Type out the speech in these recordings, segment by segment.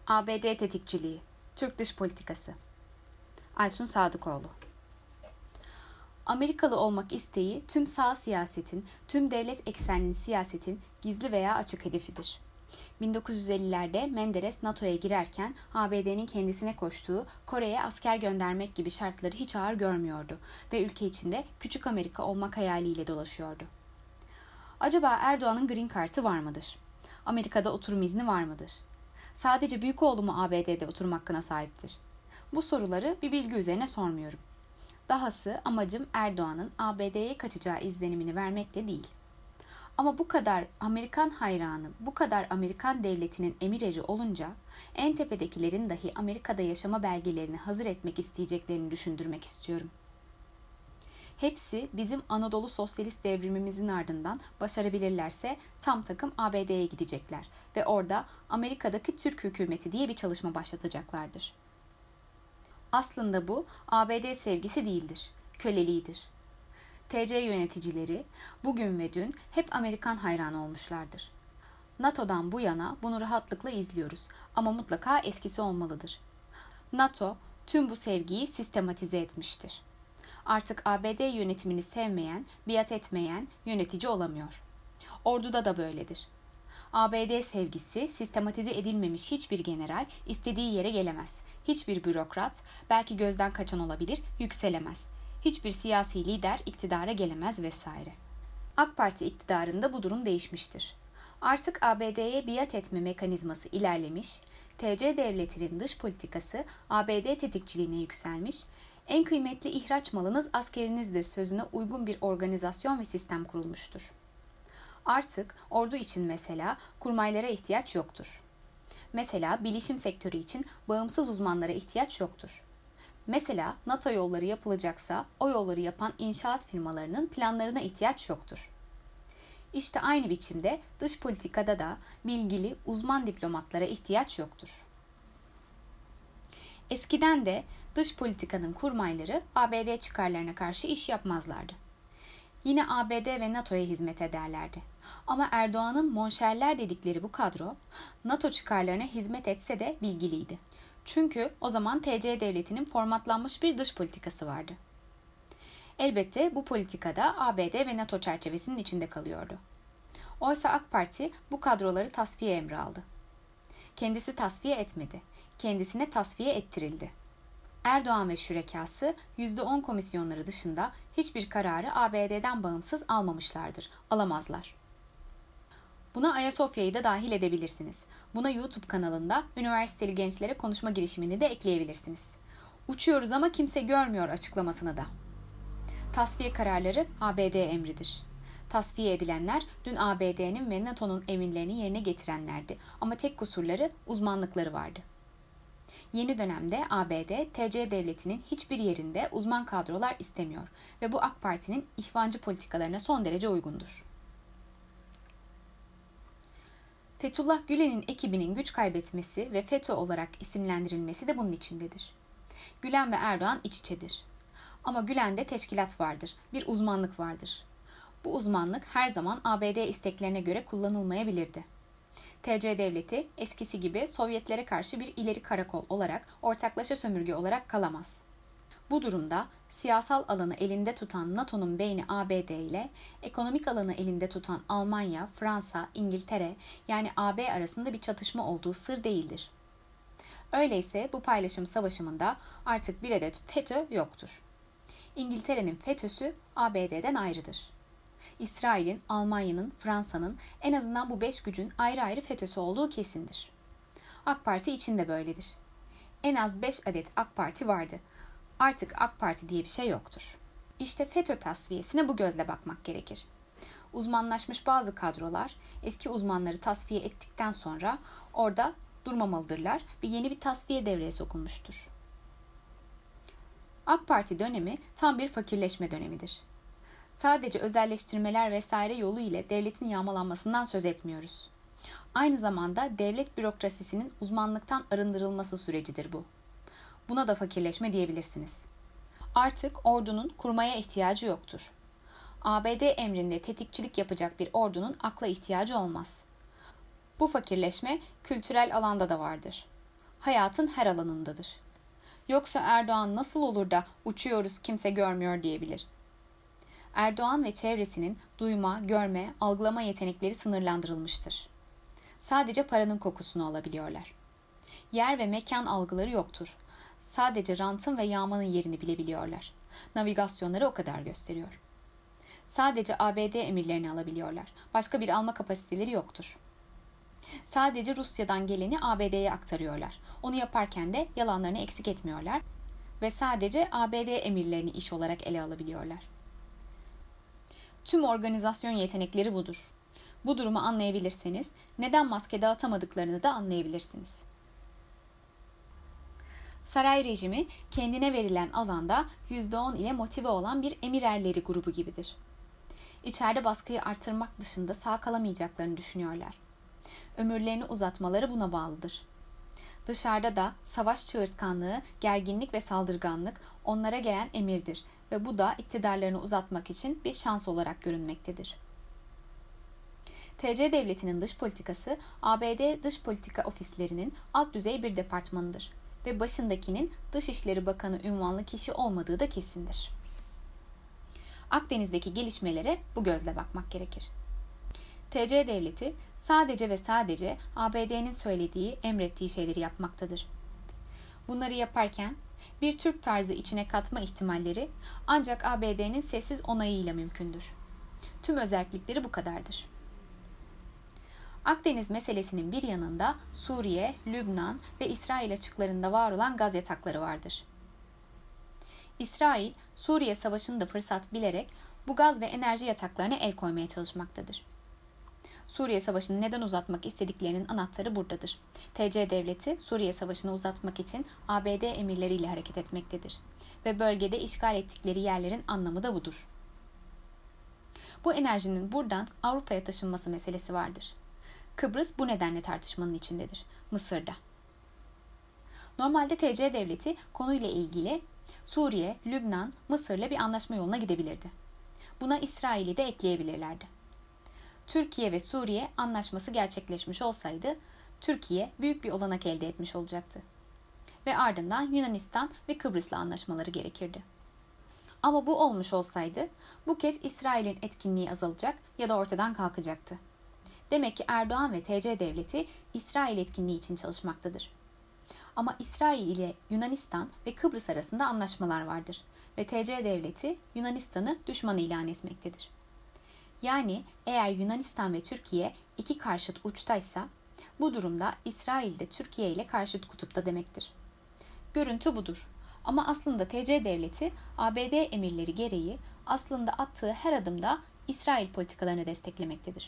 ABD tetikçiliği, Türk dış politikası. Aysun Sadıkoğlu. Amerikalı olmak isteği tüm sağ siyasetin, tüm devlet eksenli siyasetin gizli veya açık hedefidir. 1950'lerde Menderes NATO'ya girerken ABD'nin kendisine koştuğu Kore'ye asker göndermek gibi şartları hiç ağır görmüyordu ve ülke içinde küçük Amerika olmak hayaliyle dolaşıyordu. Acaba Erdoğan'ın Green Card'ı var mıdır? Amerika'da oturum izni var mıdır? Sadece büyük oğlu mu ABD'de oturum hakkına sahiptir? Bu soruları bir bilgi üzerine sormuyorum. Dahası amacım Erdoğan'ın ABD'ye kaçacağı izlenimini vermek de değil. Ama bu kadar Amerikan hayranı, bu kadar Amerikan devletinin emir eri olunca en tepedekilerin dahi Amerika'da yaşama belgelerini hazır etmek isteyeceklerini düşündürmek istiyorum. Hepsi bizim Anadolu Sosyalist devrimimizin ardından başarabilirlerse tam takım ABD'ye gidecekler ve orada Amerika'daki Türk hükümeti diye bir çalışma başlatacaklardır. Aslında bu ABD sevgisi değildir, köleliğidir. TC yöneticileri bugün ve dün hep Amerikan hayranı olmuşlardır. NATO'dan bu yana bunu rahatlıkla izliyoruz ama mutlaka eskisi olmalıdır. NATO tüm bu sevgiyi sistematize etmiştir. Artık ABD yönetimini sevmeyen, biat etmeyen yönetici olamıyor. Orduda da böyledir. ABD sevgisi sistematize edilmemiş hiçbir general istediği yere gelemez. Hiçbir bürokrat, belki gözden kaçan olabilir, yükselemez. Hiçbir siyasi lider iktidara gelemez vesaire. AK Parti iktidarında bu durum değişmiştir. Artık ABD'ye biat etme mekanizması ilerlemiş, TC devletinin dış politikası ABD tetikçiliğine yükselmiş, en kıymetli ihraç malınız askerinizdir sözüne uygun bir organizasyon ve sistem kurulmuştur. Artık ordu için mesela kurmaylara ihtiyaç yoktur. Mesela bilişim sektörü için bağımsız uzmanlara ihtiyaç yoktur. Mesela NATO yolları yapılacaksa o yolları yapan inşaat firmalarının planlarına ihtiyaç yoktur. İşte aynı biçimde dış politikada da bilgili uzman diplomatlara ihtiyaç yoktur. Eskiden de dış politikanın kurmayları ABD çıkarlarına karşı iş yapmazlardı. Yine ABD ve NATO'ya hizmet ederlerdi. Ama Erdoğan'ın monşerler dedikleri bu kadro NATO çıkarlarına hizmet etse de bilgiliydi. Çünkü o zaman TC devletinin formatlanmış bir dış politikası vardı. Elbette bu politikada ABD ve NATO çerçevesinin içinde kalıyordu. Oysa AK Parti bu kadroları tasfiye emri aldı. Kendisi tasfiye etmedi, kendisine tasfiye ettirildi. Erdoğan ve şürekası %10 komisyonları dışında hiçbir kararı ABD'den bağımsız almamışlardır, alamazlar. Buna Ayasofya'yı da dahil edebilirsiniz. Buna YouTube kanalında üniversiteli gençlere konuşma girişimini de ekleyebilirsiniz. Uçuyoruz ama kimse görmüyor açıklamasını da. Tasfiye kararları ABD emridir. Tasfiye edilenler dün ABD'nin ve NATO'nun emirlerini yerine getirenlerdi ama tek kusurları uzmanlıkları vardı. Yeni dönemde ABD, TC devletinin hiçbir yerinde uzman kadrolar istemiyor ve bu AK Parti'nin ihvancı politikalarına son derece uygundur. Fethullah Gülen'in ekibinin güç kaybetmesi ve FETÖ olarak isimlendirilmesi de bunun içindedir. Gülen ve Erdoğan iç içedir. Ama Gülen'de teşkilat vardır, bir uzmanlık vardır. Bu uzmanlık her zaman ABD isteklerine göre kullanılmayabilirdi. TC devleti eskisi gibi Sovyetlere karşı bir ileri karakol olarak, ortaklaşa sömürge olarak kalamaz. Bu durumda siyasal alanı elinde tutan NATO'nun beyni ABD ile ekonomik alanı elinde tutan Almanya, Fransa, İngiltere yani AB arasında bir çatışma olduğu sır değildir. Öyleyse bu paylaşım savaşımında artık bir adet FETÖ yoktur. İngiltere'nin FETÖ'sü ABD'den ayrıdır. İsrail'in, Almanya'nın, Fransa'nın en azından bu 5 gücün ayrı ayrı FETÖ'sü olduğu kesindir. AK Parti için de böyledir. En az 5 adet AK Parti vardı. Artık AK Parti diye bir şey yoktur. İşte FETÖ tasfiyesine bu gözle bakmak gerekir. Uzmanlaşmış bazı kadrolar eski uzmanları tasfiye ettikten sonra orada durmamalıdırlar ve yeni bir tasfiye devreye sokulmuştur. AK Parti dönemi tam bir fakirleşme dönemidir. Sadece özelleştirmeler vesaire yolu ile devletin yağmalanmasından söz etmiyoruz. Aynı zamanda devlet bürokrasisinin uzmanlıktan arındırılması sürecidir bu. Buna da fakirleşme diyebilirsiniz. Artık ordunun kurmaya ihtiyacı yoktur. ABD emrinde tetikçilik yapacak bir ordunun akla ihtiyacı olmaz. Bu fakirleşme kültürel alanda da vardır. hayatın her alanındadır. Yoksa Erdoğan nasıl olur da uçuyoruz kimse görmüyor diyebilir. Erdoğan ve çevresinin duyma, görme, algılama yetenekleri sınırlandırılmıştır. Sadece paranın kokusunu alabiliyorlar. Yer ve mekan algıları yoktur. Sadece rantın ve yağmanın yerini bilebiliyorlar. Navigasyonları o kadar gösteriyor. Sadece ABD emirlerini alabiliyorlar. Başka bir alma kapasiteleri yoktur. Sadece Rusya'dan geleni ABD'ye aktarıyorlar. Onu yaparken de yalanlarını eksik etmiyorlar ve sadece ABD emirlerini iş olarak ele alabiliyorlar. Tüm organizasyon yetenekleri budur. Bu durumu anlayabilirseniz neden maske dağıtamadıklarını da anlayabilirsiniz. Saray rejimi kendine verilen alanda %10 ile motive olan bir emirerleri grubu gibidir. İçeride baskıyı artırmak dışında sağ kalamayacaklarını düşünüyorlar. Ömürlerini uzatmaları buna bağlıdır. Dışarıda da savaş çığırtkanlığı, gerginlik ve saldırganlık onlara gelen emirdir ve bu da iktidarlarını uzatmak için bir şans olarak görünmektedir. TC Devleti'nin dış politikası ABD dış politika ofislerinin alt düzey bir departmanıdır ve başındakinin Dışişleri Bakanı unvanlı kişi olmadığı da kesindir. Akdeniz'deki gelişmelere bu gözle bakmak gerekir. TC Devleti sadece ve sadece ABD'nin söylediği, emrettiği şeyleri yapmaktadır. Bunları yaparken bir Türk tarzı içine katma ihtimalleri ancak ABD'nin sessiz onayıyla mümkündür. Tüm özellikleri bu kadardır. Akdeniz meselesinin bir yanında Suriye, Lübnan ve İsrail açıklarında var olan gaz yatakları vardır. İsrail, Suriye Savaşı'nı da fırsat bilerek bu gaz ve enerji yataklarına el koymaya çalışmaktadır. Suriye Savaşı'nı neden uzatmak istediklerinin anahtarı buradadır. TC Devleti, Suriye Savaşı'nı uzatmak için ABD emirleriyle hareket etmektedir. Ve bölgede işgal ettikleri yerlerin anlamı da budur. Bu enerjinin buradan Avrupa'ya taşınması meselesi vardır. Kıbrıs bu nedenle tartışmanın içindedir. Mısır'da. Normalde TC Devleti konuyla ilgili Suriye, Lübnan, Mısır'la bir anlaşma yoluna gidebilirdi. Buna İsrail'i de ekleyebilirlerdi. Türkiye ve Suriye anlaşması gerçekleşmiş olsaydı, Türkiye büyük bir olanak elde etmiş olacaktı. Ve ardından Yunanistan ve Kıbrıs'la anlaşmaları gerekirdi. Ama bu olmuş olsaydı, bu kez İsrail'in etkinliği azalacak ya da ortadan kalkacaktı. Demek ki Erdoğan ve TC Devleti İsrail etkinliği için çalışmaktadır. Ama İsrail ile Yunanistan ve Kıbrıs arasında anlaşmalar vardır ve TC Devleti Yunanistan'ı düşman ilan etmektedir. Yani eğer Yunanistan ve Türkiye iki karşıt uçtaysa, bu durumda İsrail de Türkiye ile karşıt kutupta demektir. Görüntü budur. Ama aslında TC Devleti ABD emirleri gereği aslında attığı her adımda İsrail politikalarını desteklemektedir.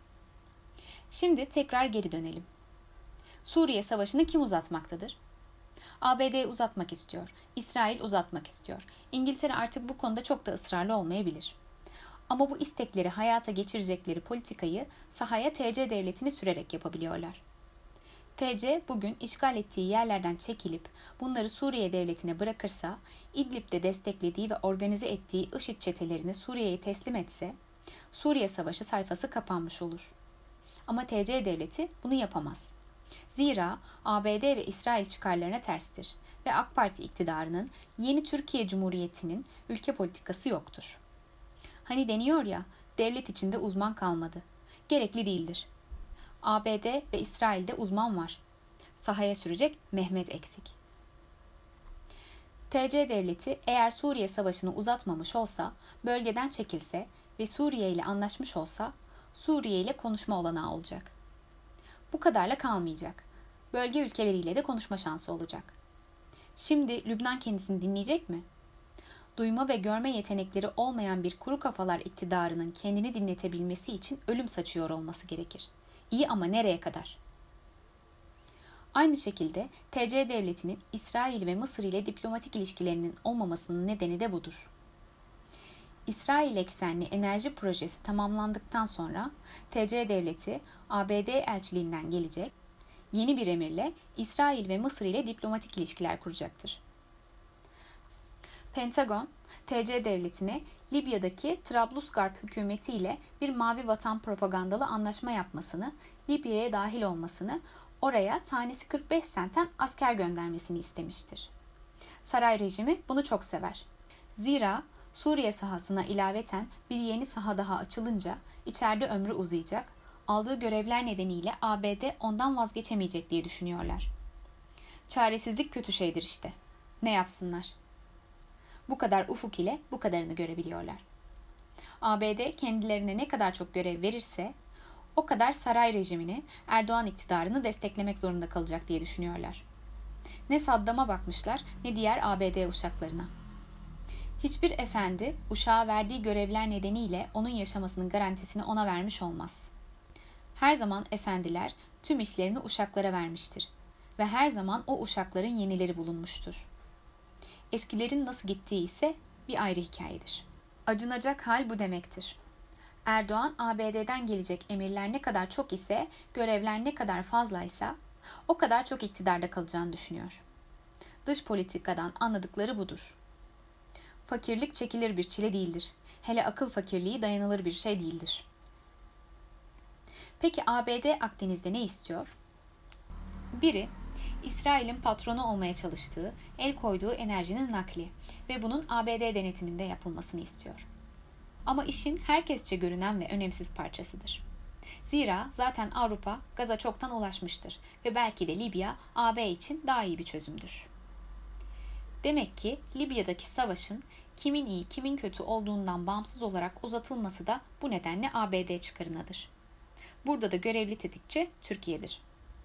Şimdi tekrar geri dönelim. Suriye Savaşı'nı kim uzatmaktadır? ABD uzatmak istiyor. İsrail uzatmak istiyor. İngiltere artık bu konuda çok da ısrarlı olmayabilir. Ama bu istekleri hayata geçirecekleri politikayı sahaya TC Devleti'ni sürerek yapabiliyorlar. TC bugün işgal ettiği yerlerden çekilip bunları Suriye Devleti'ne bırakırsa, İdlib'de desteklediği ve organize ettiği IŞİD çetelerini Suriye'ye teslim etse, Suriye Savaşı sayfası kapanmış olur. Ama TC Devleti bunu yapamaz. Zira ABD ve İsrail çıkarlarına terstir ve AK Parti iktidarının yeni Türkiye Cumhuriyeti'nin ülke politikası yoktur. Hani deniyor ya, devlet içinde uzman kalmadı. Gerekli değildir. ABD ve İsrail'de uzman var. Sahaya sürecek Mehmet eksik. TC Devleti eğer Suriye Savaşı'nı uzatmamış olsa, bölgeden çekilse ve Suriye ile anlaşmış olsa, Suriye ile konuşma olanağı olacak. Bu kadarla kalmayacak. Bölge ülkeleriyle de konuşma şansı olacak. Şimdi Lübnan kendisini dinleyecek mi? Duyma ve görme yetenekleri olmayan bir kuru kafalar iktidarının kendini dinletebilmesi için ölüm saçıyor olması gerekir. İyi ama nereye kadar? Aynı şekilde TC Devleti'nin İsrail ve Mısır ile diplomatik ilişkilerinin olmamasının nedeni de budur. İsrail eksenli enerji projesi tamamlandıktan sonra TC Devleti ABD elçiliğinden gelecek, yeni bir emirle İsrail ve Mısır ile diplomatik ilişkiler kuracaktır. Pentagon, TC Devleti'ne Libya'daki Trablusgarp hükümeti ile bir mavi vatan propagandalı anlaşma yapmasını, Libya'ya dahil olmasını, oraya tanesi 45 sentten asker göndermesini istemiştir. Saray rejimi bunu çok sever. Zira Suriye sahasına ilaveten bir yeni saha daha açılınca içeride ömrü uzayacak, aldığı görevler nedeniyle ABD ondan vazgeçemeyecek diye düşünüyorlar. Çaresizlik kötü şeydir işte. Ne yapsınlar? Bu kadar ufuk ile bu kadarını görebiliyorlar. ABD kendilerine ne kadar çok görev verirse o kadar saray rejimini, Erdoğan iktidarını desteklemek zorunda kalacak diye düşünüyorlar. Ne Saddam'a bakmışlar ne diğer ABD uşaklarına. Hiçbir efendi uşağa verdiği görevler nedeniyle onun yaşamasının garantisini ona vermiş olmaz. Her zaman efendiler tüm işlerini uşaklara vermiştir ve her zaman o uşakların yenileri bulunmuştur. Eskilerin nasıl gittiği ise bir ayrı hikayedir. Acınacak hal bu demektir. Erdoğan ABD'den gelecek emirler ne kadar çok ise, görevler ne kadar fazlaysa o kadar çok iktidarda kalacağını düşünüyor. Dış politikadan anladıkları budur. Fakirlik çekilir bir çile değildir. Hele akıl fakirliği dayanılır bir şey değildir. Peki ABD Akdeniz'de ne istiyor? Biri, İsrail'in patronu olmaya çalıştığı, el koyduğu enerjinin nakli ve bunun ABD denetiminde yapılmasını istiyor. Ama işin herkesçe görünen ve önemsiz parçasıdır. Zira zaten Avrupa gaza çoktan ulaşmıştır ve belki de Libya AB için daha iyi bir çözümdür. Demek ki Libya'daki savaşın kimin iyi kimin kötü olduğundan bağımsız olarak uzatılması da bu nedenle ABD çıkarınadır. Burada da görevli tetikçi Türkiye'dir.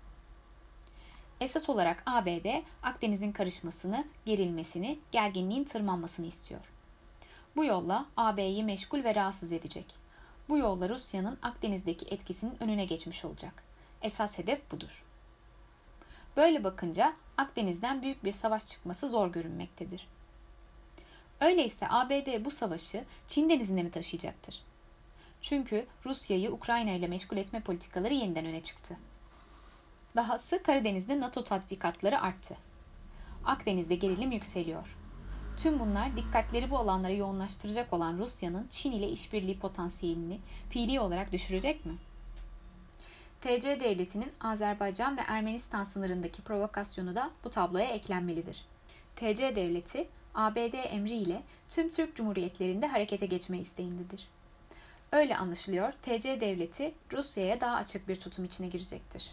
Esas olarak ABD Akdeniz'in karışmasını, gerilmesini, gerginliğin tırmanmasını istiyor. Bu yolla AB'yi meşgul ve rahatsız edecek. Bu yolla Rusya'nın Akdeniz'deki etkisinin önüne geçmiş olacak. Esas hedef budur. Böyle bakınca Akdeniz'den büyük bir savaş çıkması zor görünmektedir. Öyleyse ABD bu savaşı Çin denizinde mi taşıyacaktır? Çünkü Rusya'yı Ukrayna ile meşgul etme politikaları yeniden öne çıktı. Dahası Karadeniz'de NATO tatbikatları arttı. Akdeniz'de gerilim yükseliyor. Tüm bunlar dikkatleri bu alanlara yoğunlaştıracak olan Rusya'nın Çin ile işbirliği potansiyelini fiili olarak düşürecek mi? TC Devleti'nin Azerbaycan ve Ermenistan sınırındaki provokasyonu da bu tabloya eklenmelidir. TC Devleti, ABD emriyle tüm Türk Cumhuriyetlerinde harekete geçme isteğindedir. Öyle anlaşılıyor, TC Devleti Rusya'ya daha açık bir tutum içine girecektir.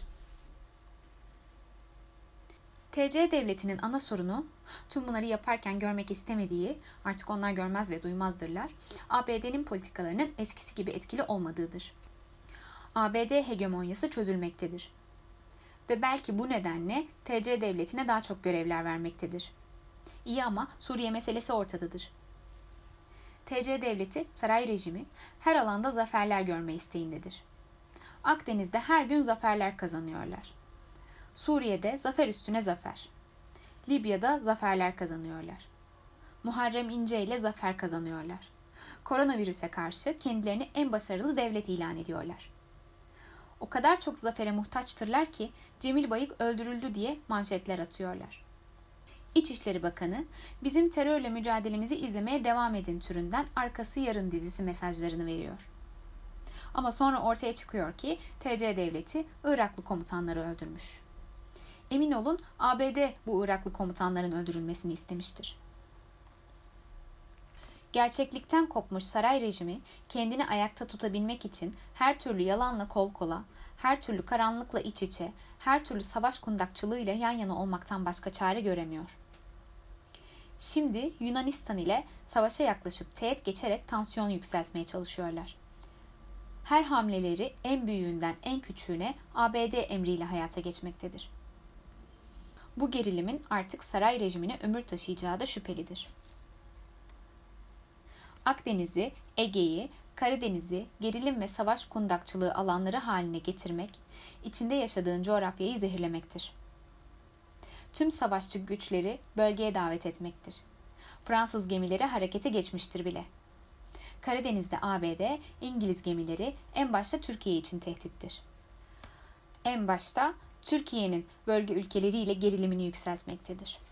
TC Devleti'nin ana sorunu, tüm bunları yaparken görmek istemediği, artık onlar görmez ve duymazdırlar, ABD'nin politikalarının eskisi gibi etkili olmadığıdır. ABD hegemonyası çözülmektedir. Ve belki bu nedenle TC Devleti'ne daha çok görevler vermektedir. İyi ama Suriye meselesi ortadadır. TC Devleti, saray rejimi her alanda zaferler görme isteğindedir. Akdeniz'de her gün zaferler kazanıyorlar. Suriye'de zafer üstüne zafer. Libya'da zaferler kazanıyorlar. Muharrem İnce ile zafer kazanıyorlar. Koronavirüse karşı kendilerini en başarılı devlet ilan ediyorlar. O kadar çok zafere muhtaçtırlar ki Cemil Bayık öldürüldü diye manşetler atıyorlar. İçişleri Bakanı, bizim terörle mücadelemizi izlemeye devam edin türünden arkası yarın dizisi mesajlarını veriyor. Ama sonra ortaya çıkıyor ki TC Devleti Iraklı komutanları öldürmüş. Emin olun ABD bu Iraklı komutanların öldürülmesini istemiştir. Gerçeklikten kopmuş saray rejimi kendini ayakta tutabilmek için her türlü yalanla kol kola, her türlü karanlıkla iç içe, her türlü savaş kundakçılığıyla yan yana olmaktan başka çare göremiyor. Şimdi Yunanistan ile savaşa yaklaşıp teğet geçerek tansiyon yükseltmeye çalışıyorlar. Her hamleleri en büyüğünden en küçüğüne ABD emriyle hayata geçmektedir. Bu gerilimin artık saray rejimine ömür taşıyacağı da şüphelidir. Akdeniz'i, Ege'yi, Karadeniz'i gerilim ve savaş kundakçılığı alanları haline getirmek, içinde yaşadığın coğrafyayı zehirlemektir. Tüm savaşçı güçleri bölgeye davet etmektir. Fransız gemileri harekete geçmiştir bile. Karadeniz'de ABD, İngiliz gemileri en başta Türkiye için tehdittir. En başta Türkiye'nin bölge ülkeleriyle gerilimini yükseltmektedir.